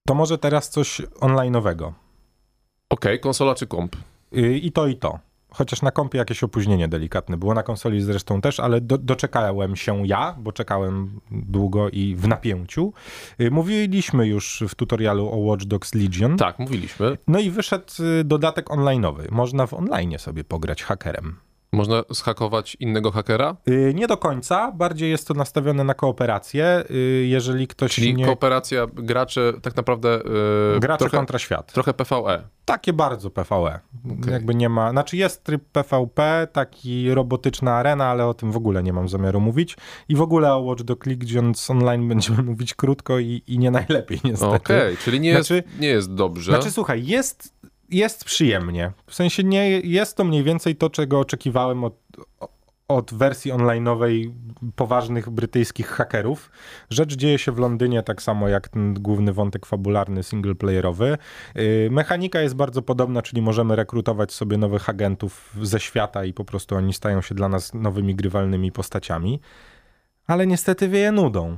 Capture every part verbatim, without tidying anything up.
To może teraz coś online'owego. Okej, okay, konsola czy komp? I to i to. Chociaż na kompie jakieś opóźnienie delikatne było, na konsoli zresztą też, ale do, doczekałem się ja, bo czekałem długo i w napięciu. Mówiliśmy już w tutorialu o Watch Dogs Legion. Tak, mówiliśmy. No i wyszedł dodatek online'owy. Można w online sobie pograć hakerem. Można zhakować innego hakera? Yy, nie do końca, bardziej jest to nastawione na kooperację, yy, jeżeli ktoś Czyli nie... kooperacja, gracze tak naprawdę... Yy, gracze trochę, kontra świat. Trochę P V E. Takie bardzo P V E. Okay. Jakby nie ma... Znaczy jest tryb P V P, taki robotyczna arena, ale o tym w ogóle nie mam zamiaru mówić. I w ogóle o Watch Dogs Legion online będziemy mówić krótko i, i nie najlepiej niestety. Okej, okay, czyli nie, znaczy, jest, nie jest dobrze. Znaczy słuchaj, jest... Jest przyjemnie. W sensie nie jest to mniej więcej to, czego oczekiwałem od, od wersji online'owej poważnych brytyjskich hakerów. Rzecz dzieje się w Londynie, tak samo jak ten główny wątek fabularny, singleplayerowy. Mechanika jest bardzo podobna, czyli możemy rekrutować sobie nowych agentów ze świata i po prostu oni stają się dla nas nowymi grywalnymi postaciami. Ale niestety wieje nudą.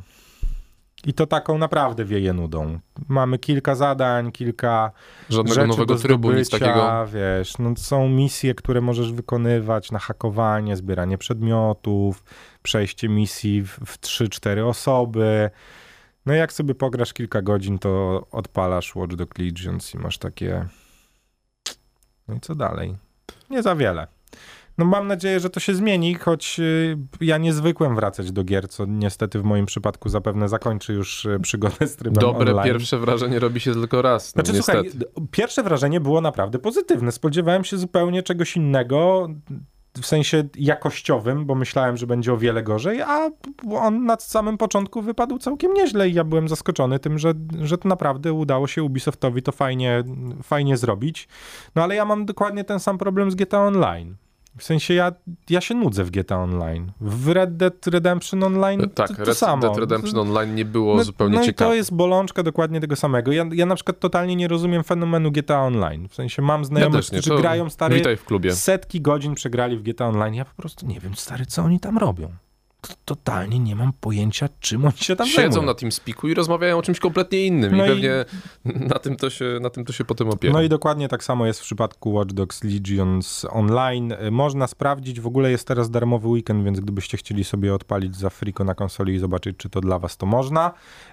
I to taką naprawdę wieje nudą. Mamy kilka zadań, kilka Żadnego rzeczy nowego do trybu, nic takiego. Wiesz, no są misje, które możesz wykonywać na hakowanie, zbieranie przedmiotów, przejście misji w, w trzy cztery osoby. No i jak sobie pograsz kilka godzin, to odpalasz Watch Dogs Legion i masz takie... No i co dalej? Nie za wiele. No mam nadzieję, że to się zmieni, choć ja nie zwykłem wracać do gier, co niestety w moim przypadku zapewne zakończy już przygodę z trybem Dobre online. pierwsze wrażenie robi się tylko raz. No, znaczy niestety. słuchaj, pierwsze wrażenie było naprawdę pozytywne. Spodziewałem się zupełnie czegoś innego, w sensie jakościowym, bo myślałem, że będzie o wiele gorzej, a on na samym początku wypadł całkiem nieźle i ja byłem zaskoczony tym, że, że to naprawdę udało się Ubisoftowi to fajnie, fajnie zrobić. No ale ja mam dokładnie ten sam problem z G T A Online. W sensie ja, ja się nudzę w G T A Online. W Red Dead Redemption Online tak, to, to Red samo. Dead Redemption Online nie było no, zupełnie no ciekawe. No i to jest bolączka dokładnie tego samego. Ja, ja na przykład totalnie nie rozumiem fenomenu G T A Online. W sensie mam znajomych, ja którzy grają stary, witaj w klubie. Setki godzin przegrali w G T A Online. Ja po prostu nie wiem, stary, co oni tam robią. Totalnie nie mam pojęcia, czym oni się tam Siedzą zajmują. na TeamSpeaku i rozmawiają o czymś kompletnie innym no i pewnie i... na, tym to się, na tym to się potem opiera. No i dokładnie tak samo jest w przypadku Watch Dogs Legion Online. Można sprawdzić, w ogóle jest teraz darmowy weekend, więc gdybyście chcieli sobie odpalić za friko na konsoli i zobaczyć, czy to dla was to można.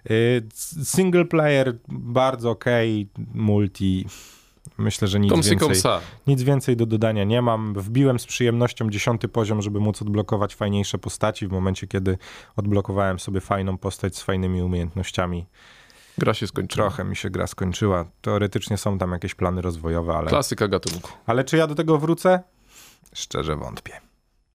Single player bardzo okej, okay. Multi... Myślę, że nic więcej, nic więcej do dodania nie mam. Wbiłem z przyjemnością dziesiąty poziom, żeby móc odblokować fajniejsze postaci w momencie, kiedy odblokowałem sobie fajną postać z fajnymi umiejętnościami. Gra się skończyła. Trochę mi się gra skończyła. Teoretycznie są tam jakieś plany rozwojowe, ale... Klasyka gatunku. Ale czy ja do tego wrócę? Szczerze wątpię.